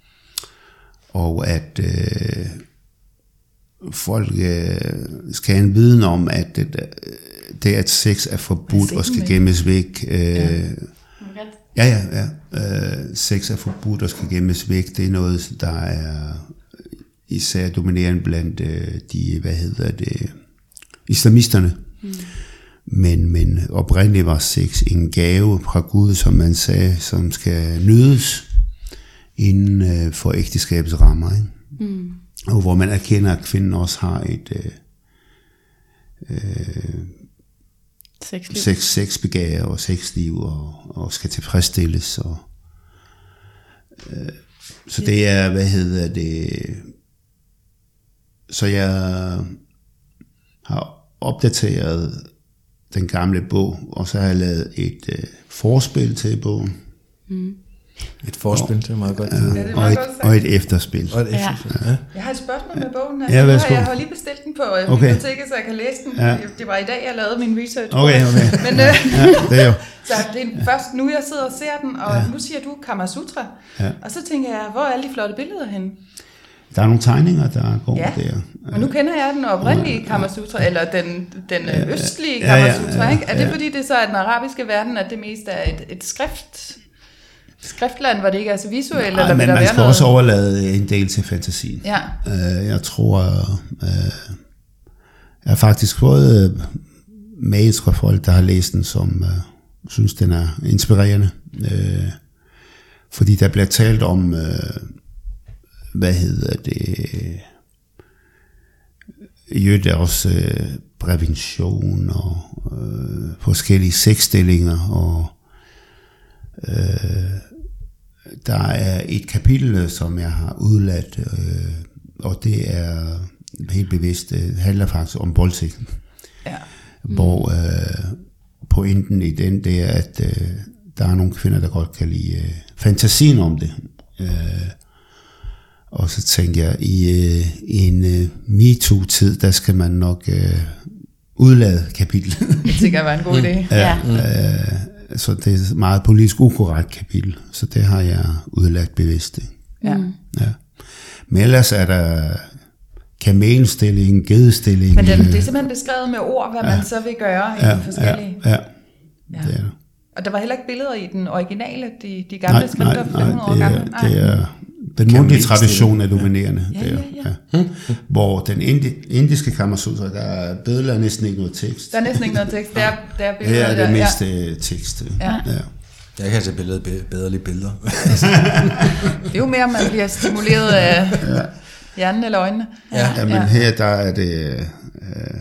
Speaker 4: og at øh, folk øh, skal have en viden om, at det, det at sex er forbudt og skal gemmes væk. Øh, ja. Ja, ja, ja. Øh, sex er forbudt og skal gemmes væk. Det er noget, der er især dominerende blandt øh, de, hvad hedder det, islamisterne. Mm. Men, men oprindeligt var sex en gave fra Gud, som man sagde, som skal nydes inden øh, for ægteskabets rammer. Ikke? Mm. Og hvor man erkender, at kvinden også har et øh, øh,
Speaker 5: Sexliv.
Speaker 4: sex, sexbegær og sexliv, og, og skal tilfredsstilles. Og, øh, så det er, hvad hedder det, så jeg har opdateret den gamle bog, og så har jeg lavet et øh, forspil til bogen.
Speaker 5: Mm.
Speaker 2: Et forspil, det er meget godt.
Speaker 4: Ja,
Speaker 3: det er
Speaker 4: og,
Speaker 3: meget
Speaker 4: et,
Speaker 3: godt sagt.
Speaker 4: og et efterspil.
Speaker 2: Og et
Speaker 5: Ja.
Speaker 2: efterspil. Ja.
Speaker 3: Jeg har et spørgsmål med bogen.
Speaker 4: Ja,
Speaker 3: nu
Speaker 4: værsgo.
Speaker 3: har jeg har lige bestilt den på øh,
Speaker 4: Okay.
Speaker 3: biblioteket, så jeg kan læse den.
Speaker 4: Ja.
Speaker 3: Det var i dag, jeg lavede min research.
Speaker 4: Okay, okay.
Speaker 3: Men øh,
Speaker 4: Ja, det er jo.
Speaker 3: så det er først nu, jeg sidder og ser den, og ja. nu siger du Kamasutra.
Speaker 4: Ja.
Speaker 3: Og så tænker jeg, hvor er alle de flotte billeder henne?
Speaker 4: Der er nogle tegninger, der går
Speaker 3: Ja.
Speaker 4: der.
Speaker 3: Og nu kender jeg den oprindelige Kamasutra, eller den, den ja, østlige
Speaker 4: ja, ja,
Speaker 3: Kamasutra,
Speaker 4: ja,
Speaker 3: ikke? Er det
Speaker 4: ja.
Speaker 3: fordi, det så er den arabiske verden, at det mest er et, et skrift, skriftland, hvor det ikke er så visuelt?
Speaker 4: Nej,
Speaker 3: eller vil
Speaker 4: men
Speaker 3: der
Speaker 4: man
Speaker 3: være
Speaker 4: skal
Speaker 3: noget?
Speaker 4: også overlade en del til fantasien.
Speaker 3: Ja.
Speaker 4: Uh, jeg tror, uh, jeg har faktisk fået uh, mails fra folk, der har læst den, som uh, synes, den er inspirerende. Uh, fordi der bliver talt om, uh, hvad hedder det, jo, der er også uh, prævention og uh, forskellige sexstillinger, og uh, der er et kapitel, som jeg har udladt, øh, og det er helt bevidst, det handler faktisk om voldtægt.
Speaker 3: Ja.
Speaker 4: Hvor øh, pointen i den, det er, at øh, der er nogle kvinder, der godt kan lide øh, fantasien om det. Øh, og så tænker jeg, i, øh, i en øh, MeToo-tid, der skal man nok øh, udlade kapitlet.
Speaker 3: Det tænker jeg var en god idé.
Speaker 5: Ja.
Speaker 4: øh, så det er et meget politisk ukorrekt kapitel, så det har jeg udlagt bevidst. Ikke?
Speaker 3: Ja.
Speaker 4: Ja. Men ellers er der kamelstilling, gedestilling.
Speaker 3: Men den, det er simpelthen beskrevet med ord, hvad ja. man så vil gøre i
Speaker 4: ja,
Speaker 3: de forskellige.
Speaker 4: Ja, ja,
Speaker 3: Ja.
Speaker 4: det er der.
Speaker 3: Og der var heller ikke billeder i den originale, de, de gamle
Speaker 4: Nej,
Speaker 3: skrifter,
Speaker 4: nej,
Speaker 3: fem hundrede år
Speaker 4: nej,
Speaker 3: gamle.
Speaker 4: det er, det er den mundtlige tradition er dominerende.
Speaker 3: Ja, ja,
Speaker 4: der,
Speaker 3: ja.
Speaker 4: Ja. Hvor den indi, indiske Kamasutra, der er billeder næsten ikke noget tekst.
Speaker 3: Der er næsten ikke noget tekst, der er, der er
Speaker 4: Det
Speaker 3: billeder
Speaker 4: er det
Speaker 3: der.
Speaker 4: meste
Speaker 3: Ja.
Speaker 4: tekst.
Speaker 3: Ja.
Speaker 4: Ja.
Speaker 2: Jeg kan se billeder, bedre lide billeder.
Speaker 3: Det er jo mere, om man bliver stimuleret af ja. hjernen eller øjnene.
Speaker 2: Ja.
Speaker 4: Ja, men ja. her der er det... Øh,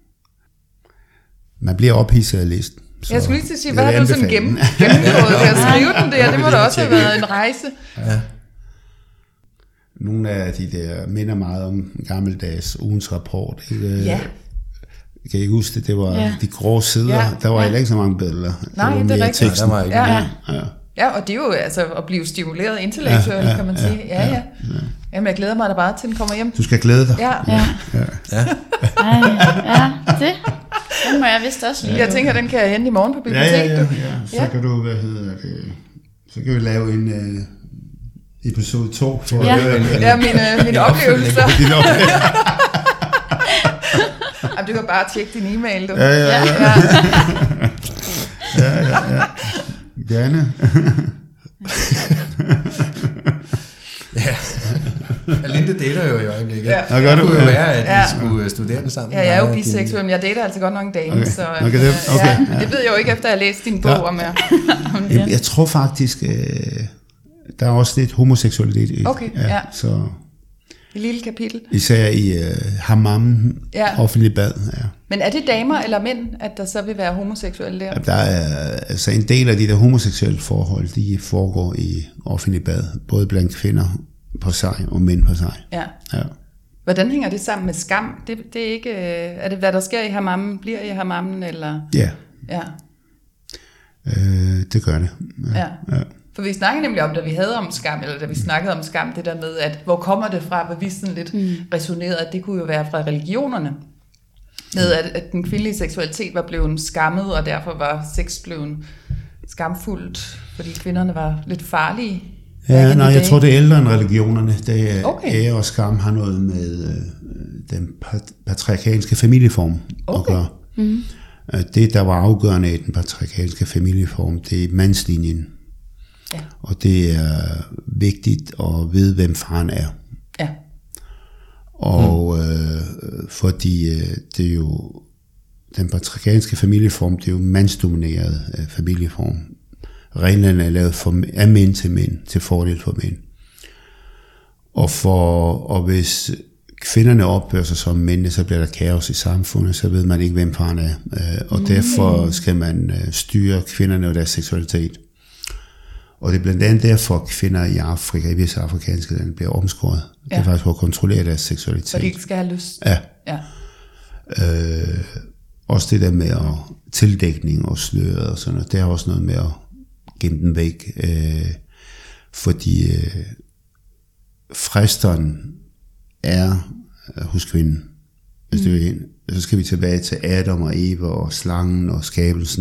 Speaker 4: man bliver ophidset af listen. Så
Speaker 3: Jeg skulle lige til at sige,
Speaker 4: jeg
Speaker 3: hvad
Speaker 4: vil
Speaker 3: har du sådan
Speaker 4: anbefale
Speaker 3: gennem,
Speaker 4: den.
Speaker 3: gennemgået til at skrive den der? Det må da også have været en rejse.
Speaker 2: Ja.
Speaker 4: nogle af de der minder meget om gammeldags ugens rapport. Ikke?
Speaker 3: Ja.
Speaker 4: Kan I huske det? Det var
Speaker 5: ja.
Speaker 4: de grå sider.
Speaker 3: Ja.
Speaker 4: Der var
Speaker 5: ja.
Speaker 4: heller ikke så mange billeder.
Speaker 3: Nej,
Speaker 4: det,
Speaker 3: det er rigtigt.
Speaker 4: Teksten.
Speaker 2: Der var ikke
Speaker 3: Ja.
Speaker 2: ja.
Speaker 4: Ja.
Speaker 3: Ja, og det er jo altså at blive stimuleret intellektuelt,
Speaker 4: Ja, ja,
Speaker 3: kan man
Speaker 4: ja,
Speaker 3: sige. Ja, ja.
Speaker 4: ja.
Speaker 3: Jamen, jeg glæder mig da bare til, at den kommer hjem.
Speaker 4: Du skal glæde dig.
Speaker 3: Ja.
Speaker 5: Ja.
Speaker 4: Ja.
Speaker 2: Ja.
Speaker 5: Ej, ja, det. Den må jeg vist også lige.
Speaker 3: Jeg tænker, den kan jeg hente i morgen på
Speaker 4: Ja,
Speaker 3: biblioteket.
Speaker 4: ja, ja, ja. Så
Speaker 3: Ja.
Speaker 4: kan du, hvad hedder det, så kan vi lave en uh, episode to for
Speaker 5: Ja.
Speaker 4: at høre en,
Speaker 3: Ja, mine, mine oplevelser.
Speaker 4: din oplevelser.
Speaker 3: Jamen, du kan bare tjekke din e-mail, du.
Speaker 4: Ja, ja, ja.
Speaker 3: Ja.
Speaker 4: ja, ja, ja. Gerne.
Speaker 2: Ja. Linde dater jo i øjeblikket.
Speaker 3: Ja.
Speaker 4: Nå, gør
Speaker 2: Det
Speaker 4: du?
Speaker 2: kunne jo
Speaker 4: Ja.
Speaker 2: være, at
Speaker 3: Ja.
Speaker 2: vi skulle studere den sammen.
Speaker 3: Ja, jeg er jo
Speaker 2: Nej, din-
Speaker 3: biseksuel, men jeg dater altså godt nok en dame,
Speaker 4: Okay.
Speaker 3: så
Speaker 4: Okay, det-
Speaker 3: øh,
Speaker 4: okay,
Speaker 3: ja,
Speaker 4: ja.
Speaker 3: det ved jeg jo ikke, efter at have læst din bog
Speaker 4: Ja.
Speaker 3: om jer.
Speaker 4: Jeg, jeg tror faktisk, øh, der er også lidt homoseksualitet i.
Speaker 3: Okay, ja.
Speaker 4: Så
Speaker 3: Et lille kapitel.
Speaker 4: især i øh, hammam,
Speaker 3: Ja.
Speaker 4: offentlig bad. Ja.
Speaker 3: Men er det damer eller mænd, at der så vil være homoseksuelle der?
Speaker 4: Der er altså en del af de der homoseksuelle forhold, de foregår i offentlig bad, både blandt kvinder på sig og mænd på sig.
Speaker 3: Ja.
Speaker 4: Ja.
Speaker 3: Hvordan hænger det sammen med skam? Det, det er ikke, øh, er det hvad der sker i hammammen, bliver i hammammen, eller?
Speaker 4: Ja,
Speaker 3: Ja.
Speaker 4: øh, det gør det.
Speaker 3: Ja.
Speaker 4: Ja.
Speaker 3: For vi snakkede nemlig om, da vi havde om skam, eller da vi snakkede om skam, det der med, at hvor kommer det fra, hvor vi sådan lidt mm. resonerede, at det kunne jo være fra religionerne. Med at, at den kvindelige seksualitet var blevet skammet, og derfor var sex blevet skamfuldt, fordi kvinderne var lidt farlige.
Speaker 4: Ja, nej, jeg tror, det er ældre end religionerne. Det er
Speaker 3: Okay.
Speaker 4: ære og skam har noget med øh, den pat- patriarkalske familieform
Speaker 3: Okay.
Speaker 4: at gøre.
Speaker 5: Mm.
Speaker 4: Øh, Det, der var afgørende i den patriarkalske familieform, det er mandslinjen.
Speaker 3: Ja.
Speaker 4: Og det er vigtigt at vide, hvem faren er.
Speaker 3: Ja.
Speaker 4: Og mm. øh, fordi øh, det er jo den patriarkalske familieform, det er jo mandsdomineret øh, familieform. Reglerne er lavet for, af mænd til mænd, til fordel for mænd. Og, for, og hvis kvinderne opfører sig som mænd, så bliver der kaos i samfundet, så ved man ikke, hvem faren er. Øh, og mm. derfor skal man øh, styre kvinderne og deres seksualitet. Og det er blandt andet derfor, at kvinder i Afrika, i visse afrikanske lande, bliver omskåret. Ja. Det er faktisk for at kontrollere deres seksualitet.
Speaker 3: Så de ikke skal have lyst.
Speaker 4: Ja.
Speaker 3: Ja.
Speaker 4: Øh, også det der med at tildækning og sløret og sådan noget, det har også noget med at gemme den væk. Øh, fordi øh, fristeren er øh, hos kvinden. Hvis mm. det er, så skal vi tilbage til Adam og Eva og slangen og skabelsen.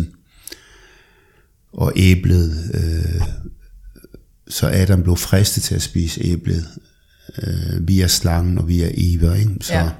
Speaker 4: Og æblet. Øh, så Adam blev fristet til at spise æblet øh, via slangen og via Eva. Ikke? Så,
Speaker 3: Ja.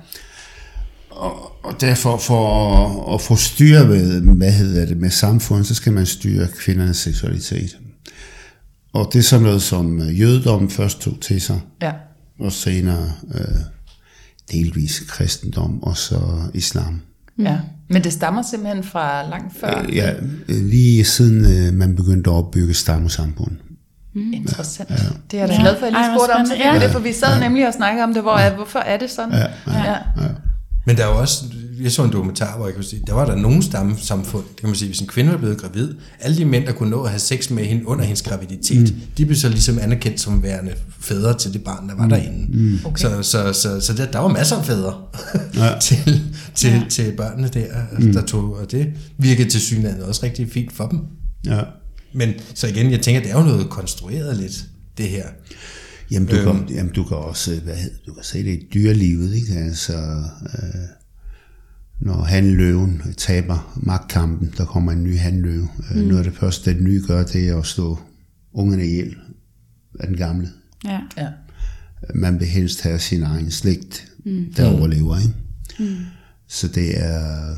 Speaker 4: og, og derfor for at, at få styr med, hvad hedder det, med samfundet, så skal man styre kvindernes seksualitet. Og det er sådan noget, som jødedommen først tog til sig,
Speaker 3: Ja.
Speaker 4: og senere øh, delvis kristendom, og så islam.
Speaker 3: Ja. Men det stammer simpelthen fra langt før.
Speaker 4: Øh, ja, lige siden øh, man begyndte at opbygge stammesamfund.
Speaker 3: Mm. Interessant. Ja. Det er jeg da
Speaker 5: Ja.
Speaker 3: glad for, at jeg
Speaker 5: Ej,
Speaker 3: lige
Speaker 5: hvor
Speaker 3: spurgte om, så
Speaker 5: spændende.
Speaker 3: fik vi
Speaker 5: Ja.
Speaker 3: det, for vi sad ja. nemlig og snakkede om det, hvor er, hvorfor er det sådan?
Speaker 4: Ja, ja,
Speaker 3: Ja.
Speaker 4: ja.
Speaker 2: Men der er jo også, jeg så en dokumentar, hvor jeg kunne sige, der var der nogle stammesamfund, det kan man sige, hvis en kvinde var blevet gravid, alle de mænd, der kunne nå at have sex med hende under hendes graviditet, mm. de blev så ligesom anerkendt som værende fædre til det barn, der var mm. derinde. Mm.
Speaker 3: Okay.
Speaker 2: Så, så, så, så der, der var masser af fædre
Speaker 4: Ja.
Speaker 2: til, til,
Speaker 5: Ja.
Speaker 2: til børnene der, mm. der tog, og det virkede til synligheden også rigtig fint for dem.
Speaker 4: Ja.
Speaker 2: Men så igen, jeg tænker, det er jo noget konstrueret lidt, det her.
Speaker 4: Jamen, du,
Speaker 2: Øhm.
Speaker 4: kan, jamen, du kan også, hvad hedder, du kan se det i dyrelivet, ikke? Altså, øh, når hanløven taber magtkampen, der kommer en ny hanløve. Mm. Noget af det første, den nye gør, det er at slå ungerne ihjel af den gamle.
Speaker 5: Ja.
Speaker 3: Ja.
Speaker 4: Man vil helst have sin egen slægt, mm. der mm. overlever, ikke? Mm. Så det er,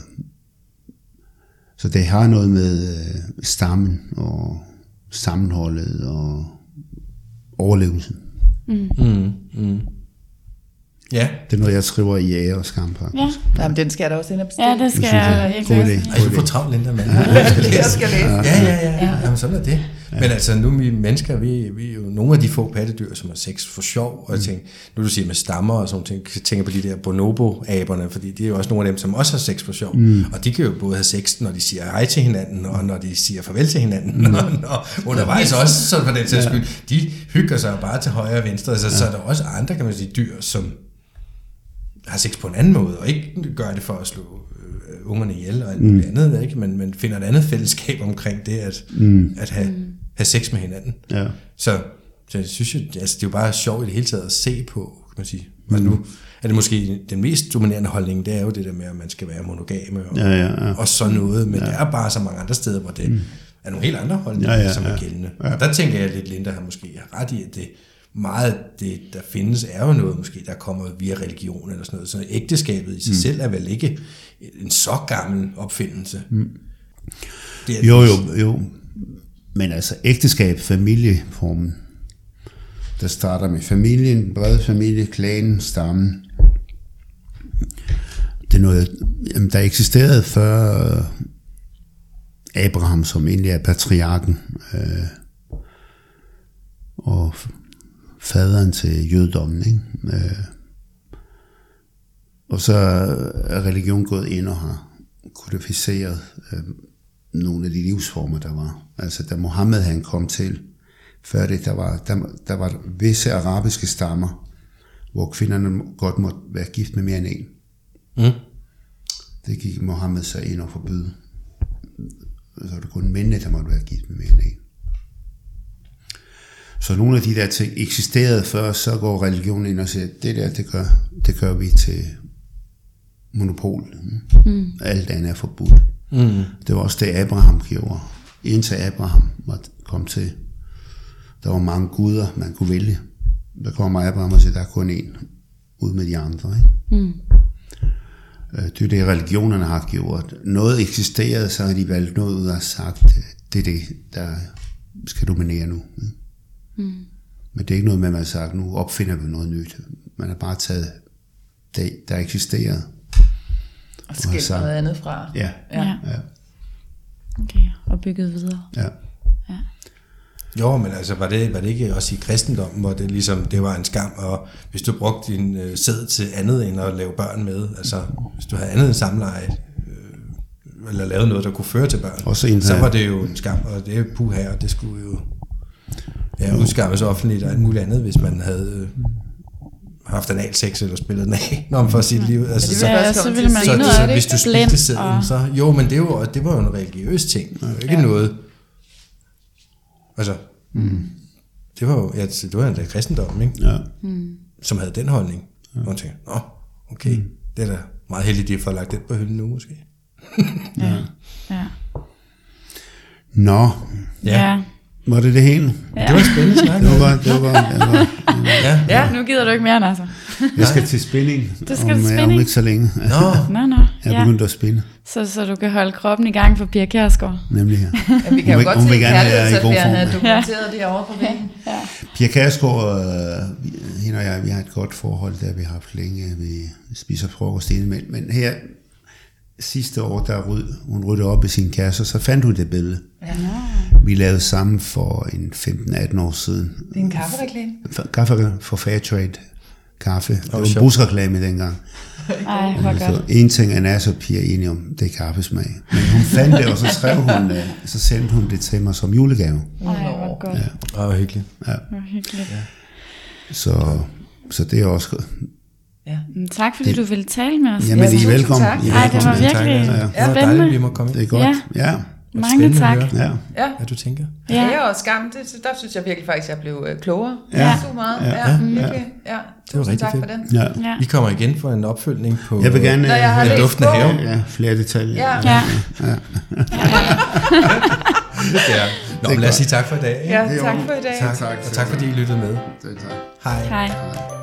Speaker 4: så det har noget med øh, stammen og sammenholdet og overlevelsen.
Speaker 2: Mm. Mm. Ja.
Speaker 4: Det er noget, jeg skriver i ære og skam på.
Speaker 5: Ja.
Speaker 3: Jamen, den skal jeg da også ind og bestille.
Speaker 5: Ja, det skal
Speaker 4: synes
Speaker 5: jeg
Speaker 4: jeg.
Speaker 5: helt
Speaker 4: God
Speaker 5: klart.
Speaker 4: idé.
Speaker 2: Ej, du får travlt, Linda, mand.
Speaker 3: Jeg skal læse.
Speaker 2: Ja, ja, ja. ja. Jamen, sådan er det. Men altså, nu vi mennesker, vi, vi er jo nogle af de få pattedyr, som har sex for sjov, og jeg tænker, nu du siger med stammer og sådan ting, jeg tænker på de der bonobo-aberne, fordi de er jo også nogle af dem, som også har sex for sjov, mm. og de kan jo både have sex, når de siger hej til hinanden, og når de siger farvel til hinanden, mm. og, og undervejs også, så for den sags skyld, de hygger sig bare til højre og venstre, så, ja. så er der også andre, kan man sige, dyr, som har sex på en anden måde, og ikke gør det for at slå øh, ungerne ihjel og alt muligt mm. andet, ikke? Men, men finder et andet fællesskab omkring det, at, mm. at have, have sex med hinanden. Ja. Så, så jeg synes jo, altså, det er jo bare sjovt i det hele taget at se på, kan man sige. Mm. Altså nu er det måske den mest dominerende holdning, det er jo det der med, at man skal være monogame og, ja, ja, ja. og sådan noget, men ja. der er bare så mange andre steder, hvor det mm. er nogle helt andre holdninger, ja, ja, som er gældende. Ja. Og der tænker jeg lidt, Linda har måske ret i, at det meget det, der findes, er jo noget måske, der kommer via religion eller sådan noget. Så ægteskabet i sig mm. selv er vel ikke en så gammel opfindelse. Mm.
Speaker 4: Det er jo, jo, jo. Men altså ægteskab, familieformen, der starter med familien, bred familie, klanen, stammen. Det er noget, jamen, der eksisterede før Abraham, som egentlig er patriarken, øh, og faderen til jødedommen, ikke? Øh, og så er religion gået ind og har kodificeret øh, nogle af de livsformer, der var. Altså da Mohammed han kom til, før det, der var, der, der var visse arabiske stammer, hvor kvinderne godt måtte være gift med mere end en. Mm. Det gik Mohammed så ind og forbyde. Så var det kun mændene, der måtte være gift med mere end en. Så nogle af de der ting eksisterede før, så går religionen ind og siger, det der, det gør, det gør vi til monopol. Mm. Alt andet er forbudt. Mm. Det var også det, Abraham gjorde. Indtil Abraham kom til, der var mange guder, man kunne vælge. Der kommer Abraham og siger, der er kun én, ud med de andre. Ikke? Mm. Det er det, religionerne har gjort. Noget eksisterede, så har de valgt noget ud og sagt, det er det, der skal dominere nu. Ikke? Mm. Men det er ikke noget med, at man har sagt, nu opfinder vi noget nyt. Man har bare taget det, der eksisterer.
Speaker 3: Og skilt noget andet fra.
Speaker 4: Ja.
Speaker 3: Ja.
Speaker 4: ja.
Speaker 5: Okay, og bygget videre.
Speaker 4: Ja.
Speaker 5: Ja.
Speaker 2: Jo, men altså, var det, var det ikke også i kristendommen, hvor det ligesom, det var en skam, og hvis du brugte din øh, sæd til andet end at lave børn med, altså hvis du havde andet end samleje, øh, eller lavet noget, der kunne føre til børn, så var det jo en skam, og det er puha, og det skulle jo ja, udskammes offentligt og alt muligt andet, hvis man havde øh, haft analsex eller spillet den af, når man får sit liv. Altså, så,
Speaker 5: ja, så, så ville man
Speaker 2: så,
Speaker 5: noget
Speaker 2: så,
Speaker 5: af det,
Speaker 2: hvis du spildte sæden, og... så jo, men det var, det var jo en religiøs ting, det var ikke ja. noget. Altså, mm. det var jo, ja, det var en der kristendom, ikke?
Speaker 4: Ja.
Speaker 5: Mm.
Speaker 2: Som havde den holdning. Ja. Og man tænkte, nå, okay, mm. det er da meget heldigt, de har fået lagt den på hylden nu, måske.
Speaker 5: ja. ja.
Speaker 4: Nå.
Speaker 5: Ja. ja.
Speaker 4: Var det det hele?
Speaker 2: Ja. Det var spændende snak.
Speaker 4: Det var godt, det var godt. Det var,
Speaker 5: ja. ja, nu gider du ikke mere, altså.
Speaker 4: Jeg skal til spinning.
Speaker 5: Du skal
Speaker 4: om,
Speaker 5: til spinning?
Speaker 4: om ikke så længe.
Speaker 2: Nå,
Speaker 5: nå, nå.
Speaker 4: Jeg er begyndt at spinne.
Speaker 5: Så, så du kan holde kroppen i gang for Pia Kjærsgaard.
Speaker 4: Nemlig, ja.
Speaker 3: ja vi kan jo godt se, at kærlighedsaffæren er dokumenteret derovre på væggen.
Speaker 4: Ja. Pia Kjærsgaard, øh, hende og jeg, vi har et godt forhold, der vi har haft længe. Vi spiser frokost indimellem. Men her sidste år, der ryd, hun ryddede op i sin kasse, så fandt hun det billede. Ja. Vi lavede sammen for en femten atten år siden.
Speaker 3: Det er en kaffereklame?
Speaker 4: Kaffe for Fairtrade kaffe. Det var en busreklame dengang.
Speaker 5: Ej, hvor godt.
Speaker 4: En ting er Nasser og Pia enige om, det er kaffesmag. Men hun fandt det, og så skrev hun, så sendte hun det til mig som julegave.
Speaker 5: Ej, hvor godt.
Speaker 2: Ja. Åh, hyggeligt.
Speaker 4: Ja.
Speaker 5: Hvor hyggeligt. Ja.
Speaker 4: Så, så det er også godt.
Speaker 5: Ja. Tak fordi det, du ville tale med os.
Speaker 4: Jamen, I er velkommen. Tak.
Speaker 5: Ej, det var virkelig
Speaker 2: ja. Ja. Det var dejligt, vi må komme.
Speaker 4: Det er godt. Ja. ja.
Speaker 5: Mange tak.
Speaker 2: Ja. Ja. Hvad du tænker.
Speaker 3: Ja, ja og skam, det, der synes jeg virkelig faktisk, at jeg blev klogere.
Speaker 4: Ja.
Speaker 3: Så meget.
Speaker 2: Ja.
Speaker 3: Ja, virkelig. Ja.
Speaker 2: Det var rigtig
Speaker 3: tak
Speaker 2: fedt.
Speaker 3: For den.
Speaker 4: Ja.
Speaker 2: Ja. Vi kommer igen for en opfølgning på
Speaker 4: jeg vil gerne,
Speaker 3: når jeg har
Speaker 2: den duftende have.
Speaker 4: Ja, flere detaljer.
Speaker 3: Ja.
Speaker 5: Ja. Ja.
Speaker 4: Ja.
Speaker 2: ja. Nå, lad os sige tak for i dag.
Speaker 3: Ja, tak for i dag.
Speaker 2: Tak, tak. Og tak fordi I lyttede med.
Speaker 4: Tak.
Speaker 2: Hej.
Speaker 5: Hej.